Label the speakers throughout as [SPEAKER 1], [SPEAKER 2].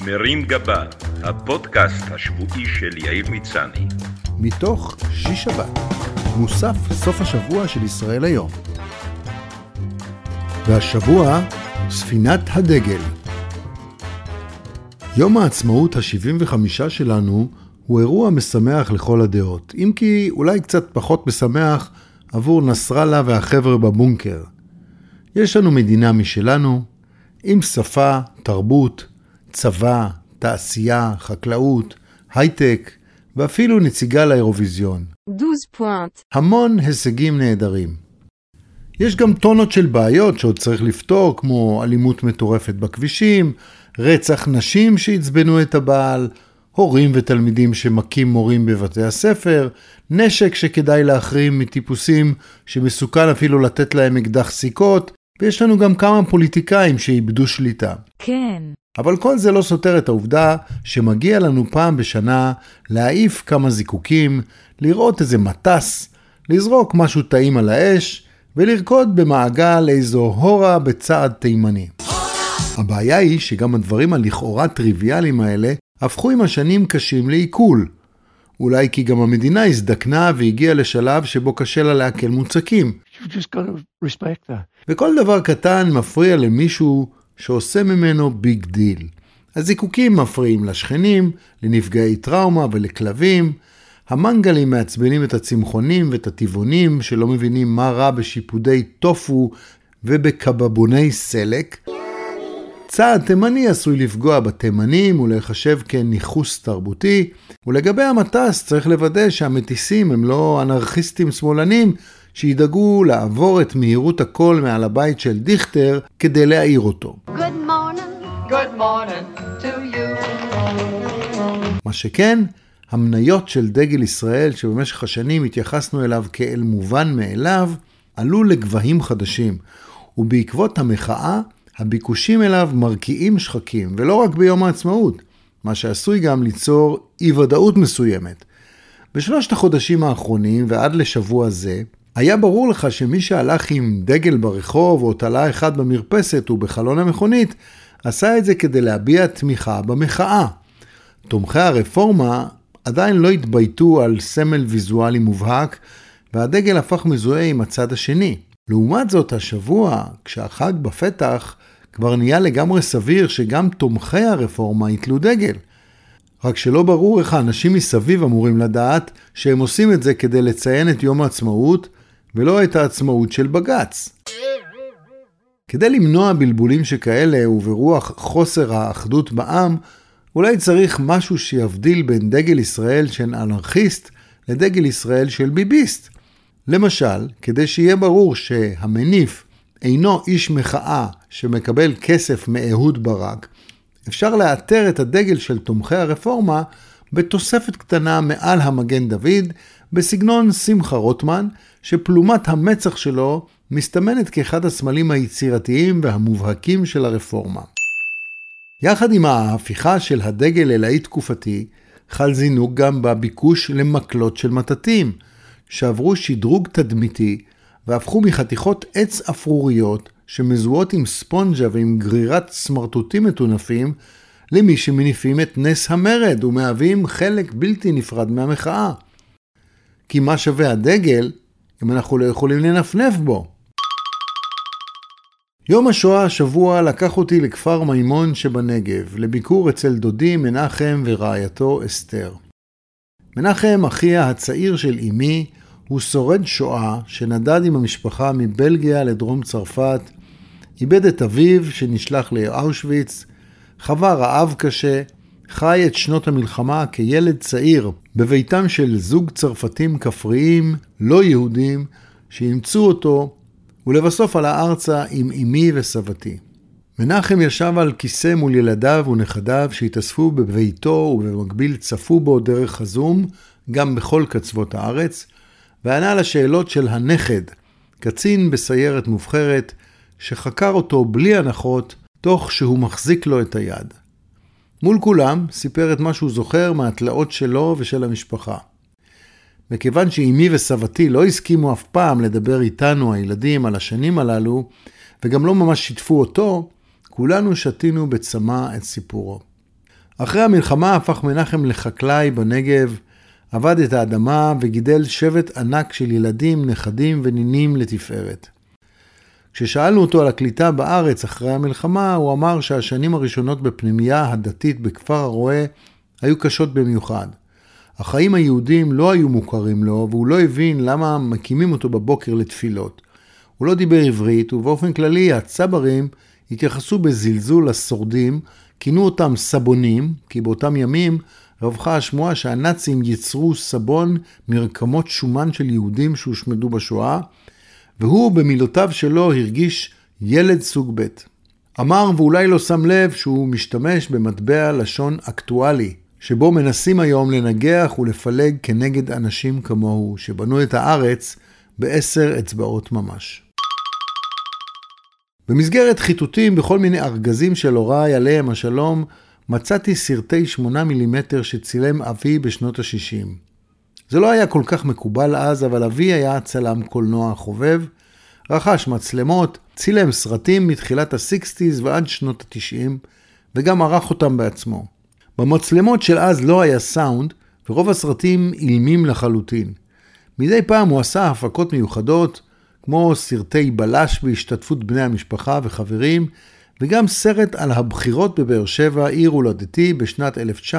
[SPEAKER 1] מרים גבה, הפודקאסט השבועי של יאיר מצני.
[SPEAKER 2] מתוך שיש שבת, מוסף סוף השבוע של ישראל היום. והשבוע, ספינת הדגל. יום העצמאות ה-75 שלנו הוא אירוע משמח לכל הדעות, אם כי אולי קצת פחות משמח עבור נסראללה והחבר'ה בבונקר. יש לנו מדינה משלנו, עם שפה, תרבות, צבא, תעשייה, חקלאות, הייטק, ואפילו נציגה לאירוויזיון.
[SPEAKER 3] 12
[SPEAKER 2] המון הישגים נהדרים. יש גם טונות של בעיות שעוד צריך לפתור, כמו אלימות מטורפת בכבישים, רצח נשים שהצבנו את הבעל, הורים ותלמידים שמכים מורים בבתי הספר, נשק שכדאי להחרים מטיפוסים שמסוכן אפילו לתת להם אקדח סיכות, ויש לנו גם כמה פוליטיקאים שאיבדו שליטה.
[SPEAKER 3] כן.
[SPEAKER 2] אבל כל זה לא סותר את העובדה שמגיע לנו פעם בשנה להעיף כמה זיקוקים, לראות איזה מטס, לזרוק משהו טעים על האש, ולרקוד במעגל איזו הורה בצעד תימני. הבעיה היא שגם הדברים הלכאורה טריוויאליים האלה הפכו עם השנים קשים לעיכול. אולי כי גם המדינה הזדקנה והגיעה לשלב שבו קשה לה לעכל מוצקים. וכל דבר קטן מפריע למישהו שעושה ממנו ביג דיל. הזיקוקים מפריעים לשכנים, לנפגעי טראומה ולכלבים, המנגלים מעצבנים את הצמחונים ואת הטבעונים שלא מבינים מה רע בשיפודי טופו ובקבבוני סלק. צעד תימני עשוי לפגוע בתימנים ולחשב כניחוס תרבותי, ולגבי המטס צריך לוודא שהמטיסים הם לא אנרכיסטים שמאלנים שידאגו לעבור את מהירות הכל מעל הבית של דיכטר כדי להעיר אותו.
[SPEAKER 4] Good morning to you.
[SPEAKER 2] מה שכן, המניות של דגל ישראל שבמשך השנים התייחסנו אליו כאל מובן מאליו, עלו לגבהים חדשים, ובעקבות המחאה, הביקושים אליו מרקיעים שחקים, ולא רק ביום העצמאות, מה שעשוי גם ליצור אי-ודאות מסוימת. בשלושת החודשים האחרונים ועד לשבוע זה, היה ברור לך שמי שהלך עם דגל ברחוב או תלה אחד במרפסת ובחלון המכונית, עשה את זה כדי להביע תמיכה במחאה. תומכי הרפורמה עדיין לא התבייתו על סמל ויזואלי מובהק, והדגל הפך מזוהה עם הצד השני. לעומת זאת, השבוע, כשהחג בפתח, כבר נהיה לגמרי סביר שגם תומכי הרפורמה יתלו דגל. רק שלא ברור איך האנשים מסביב אמורים לדעת שהם עושים את זה כדי לציין את יום העצמאות, ולא את העצמאות של בג"ץ. כדי למנוע בלבולים שכאלה וברוח חוסר האחדות בעם, אולי צריך משהו שיבדיל בין דגל ישראל של אנרכיסט לדגל ישראל של ביביסט. למשל, כדי שיהיה ברור שהמניף אינו איש מחאה שמקבל כסף מאהוד ברק, אפשר לאתר את הדגל של תומכי הרפורמה בתוספת קטנה מעל המגן דוד, בסגנון שמחה רוטמן, שפלומת המצח שלו מסתמנת כאחד הסמלים היצירתיים והמובהקים של הרפורמה. יחד עם ההפיכה של הדגל אלאי תקופתי, חל זינוק גם בביקוש למקלות של מטטים, שעברו שדרוג תדמיתי והפכו מחתיכות עץ אפרוריות שמזוהות עם ספונג'ה ועם גרירת סמרטוטים מטונפים, למי שמניפים את נס המרד ומהווים חלק בלתי נפרד מהמחאה. כי מה שווה הדגל אם אנחנו לא יכולים לנפנף בו? יום השואה השבוע לקח אותי לכפר מימון שבנגב, לביקור אצל דודי מנחם ורעייתו אסתר. מנחם, אחיה הצעיר של אמי, הוא שורד שואה שנדד עם המשפחה מבלגיה לדרום צרפת, איבד את אביו שנשלח לאושוויץ, חווה רעב קשה, חי את שנות המלחמה כילד צעיר בביתם של זוג צרפתים כפריים לא יהודים שאימצו אותו, ולבסוף עלה ארצה עם אמי וסבתי. מנחם ישב על כיסא מול ילדיו ונכדיו שהתאספו בביתו ובמקביל צפו בו דרך הזום, גם בכל קצוות הארץ, וענה לשאלות של הנכד, קצין בסיירת מובחרת, שחקר אותו בלי הנחות, תוך שהוא מחזיק לו את היד. מול כולם סיפר את מה שהוא זוכר מהתלאות שלו ושל המשפחה. מכיוון שאמי וסבתי לא הסכימו אף פעם לדבר איתנו הילדים על השנים הללו, וגם לא ממש שיתפו אותו, כולנו שתינו בצמא את סיפורו. אחרי המלחמה הפך מנחם לחקלאי בנגב, עבד את האדמה וגידל שבט ענק של ילדים, נכדים ונינים לתפארת. כששאלנו אותו על הקליטה בארץ אחרי המלחמה, הוא אמר שהשנים הראשונות בפנימייה הדתית בכפר הרועה היו קשות במיוחד. החיים היהודים לא היו מוכרים לו, והוא לא הבין למה מקימים אותו בבוקר לתפילות. הוא לא דיבר עברית, ובאופן כללי הצברים התייחסו בזלזול לשורדים, כינו אותם סבונים, כי באותם ימים רווחה השמועה שהנאצים יצרו סבון מרקמות שומן של יהודים שהושמדו בשואה, והוא במילותיו שלו הרגיש ילד סוג ב'. אמר ואולי לא שם לב שהוא משתמש במטבע לשון אקטואלי, שבו מנסים היום לנגח ולפלג כנגד אנשים כמוהו, שבנו את הארץ ב10 אצבעות ממש. במסגרת חיטוטים בכל מיני ארגזים של הוריי עליהם השלום, מצאתי סרטי 8 מילימטר שצילם אבי בשנות ה-60. זה לא היה כל כך מקובל אז, אבל אבי היה צלם קולנוע חובב, רכש מצלמות, צילם סרטים מתחילת ה-60s ועד שנות ה-90, וגם ערך אותם בעצמו. במצלמות של אז לא היה סאונד, ורוב הסרטים אילמים לחלוטין. מדי פעם הוא עשה הפקות מיוחדות, כמו סרטי בלש בהשתתפות בני המשפחה וחברים, וגם סרט על הבחירות בבאר שבע, עיר הולדתי, בשנת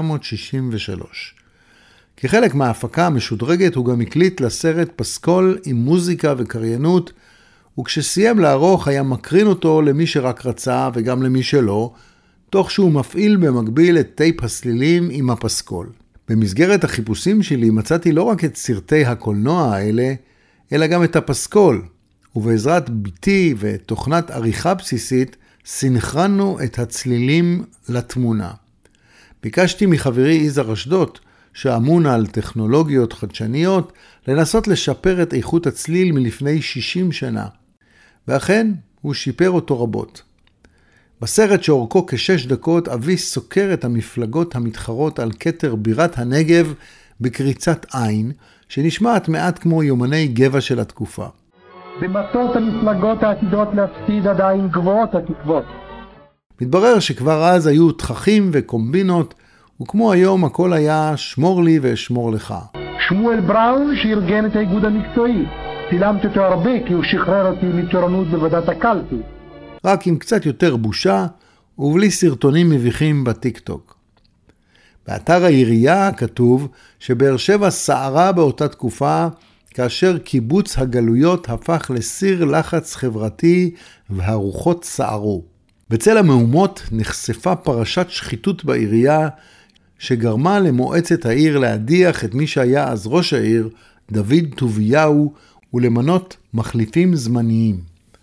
[SPEAKER 2] 1963. כחלק מההפקה המשודרגת הוא גם הקליט לסרט פסקול עם מוזיקה וקריינות, וכשסיים לערוך היה מקרין אותו למי שרק רצה וגם למי שלא, תוך שהוא מפעיל במקביל את טייפ הסלילים עם הפסקול. במסגרת החיפושים שלי מצאתי לא רק את סרטי הקולנוע האלה, אלא גם את הפסקול, ובעזרת ביתי ותוכנת עריכה בסיסית, סינכרנו את הצלילים לתמונה. ביקשתי מחברי יזהר אשדות, שאמון על טכנולוגיות חדשניות, לנסות לשפר את איכות הצליל מלפני 60 שנה. ואכן, הוא שיפר אותו רבות. בסרט שאורכו כ6 דקות, אבי סוקר את המפלגות המתחרות על כתר בירת הנגב בקריצת עין, שנשמעת מעט כמו יומני גבע של התקופה.
[SPEAKER 3] במטות המפלגות העתידות להפסיד עדיין גבוהות התקוות.
[SPEAKER 2] מתברר שכבר אז היו תככים וקומבינות, וכמו היום הכל היה שמור לי ואשמור לך.
[SPEAKER 3] שמואל בראון שארגן את האיגוד המקצועי. צילמתי אותו הרבה כי הוא שחרר אותי מתורנות בוועדת הקלפי.
[SPEAKER 2] רק עם קצת יותר בושה ובלי סרטונים מביכים בטיק-טוק. באתר העירייה כתוב שבאר שבע סערה באותה תקופה, כאשר קיבוץ הגלויות הפך לסיר לחץ חברתי והרוחות סערו. בצל המהומות נחשפה פרשת שחיתות בעירייה, שגרמה למועצת העיר להדיח את מי שהיה אז ראש העיר, דוד טוביהו, ולמנות מחליפים זמניים.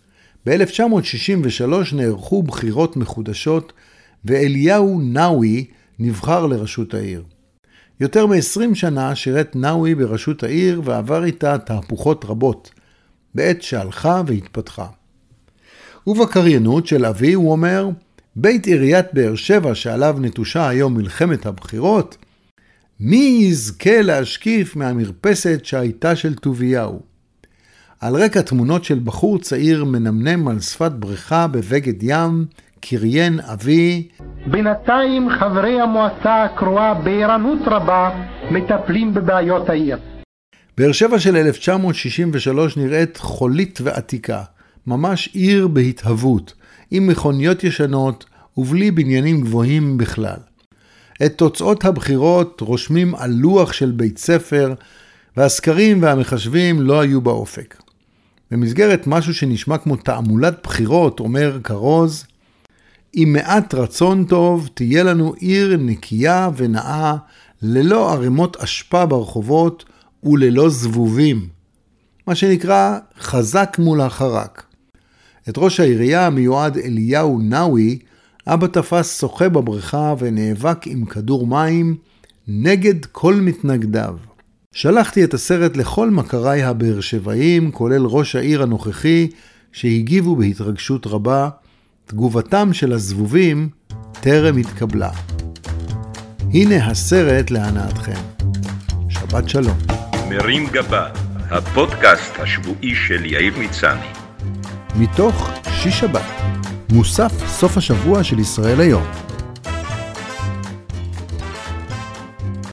[SPEAKER 2] ב-1963 נערכו בחירות מחודשות, ואליהו נאווי נבחר לראשות העיר. יותר מ-20 שנה שירת נאווי בראשות העיר ועבר איתה תהפוכות רבות, בעת שהלכה והתפתחה. ובקריינות של אבי הוא אומר, בית עיריית באר שבע שעליו נטושה היום מלחמת הבחירות, מי יזכה להשקיף מהמרפסת שהייתה של טוביהו? על רקע תמונות של בחור צעיר מנמנם על שפת בריכה בבגד ים, קריין אבי.
[SPEAKER 3] בינתיים חברי המועצה הקרואה בערנות רבה מטפלים בבעיות העיר.
[SPEAKER 2] באר שבע של 1963 נראית חולית ועתיקה, ממש עיר בהתהוות, עם מכוניות ישנות ובלי בניינים גבוהים בכלל. את תוצאות הבחירות רושמים על לוח של בית ספר, והסקרים והמחשבים לא היו באופק. במסגרת משהו שנשמע כמו תעמולת בחירות, אומר קרוז, עם מעט רצון טוב תהיה לנו עיר נקייה ונאה, ללא ערימות אשפה ברחובות וללא זבובים. מה שנקרא חזק מול החרק. את ראש העירייה המיועד אליהו נאווי, אבא תפס שוחה בבריכה ונאבק עם כדור מים נגד כל מתנגדיו. שלחתי את הסרט לכל מכריי הבאר שבעים, כולל ראש העיר הנוכחי, שהגיבו בהתרגשות רבה. תגובתם של הזבובים טרם התקבלה. הנה הסרט להנאתכם. שבת שלום.
[SPEAKER 1] מרים גבה, הפודקאסט השבועי של יאיר מצני.
[SPEAKER 2] מתוך שיש שבת, מוסף סוף השבוע של ישראל היום.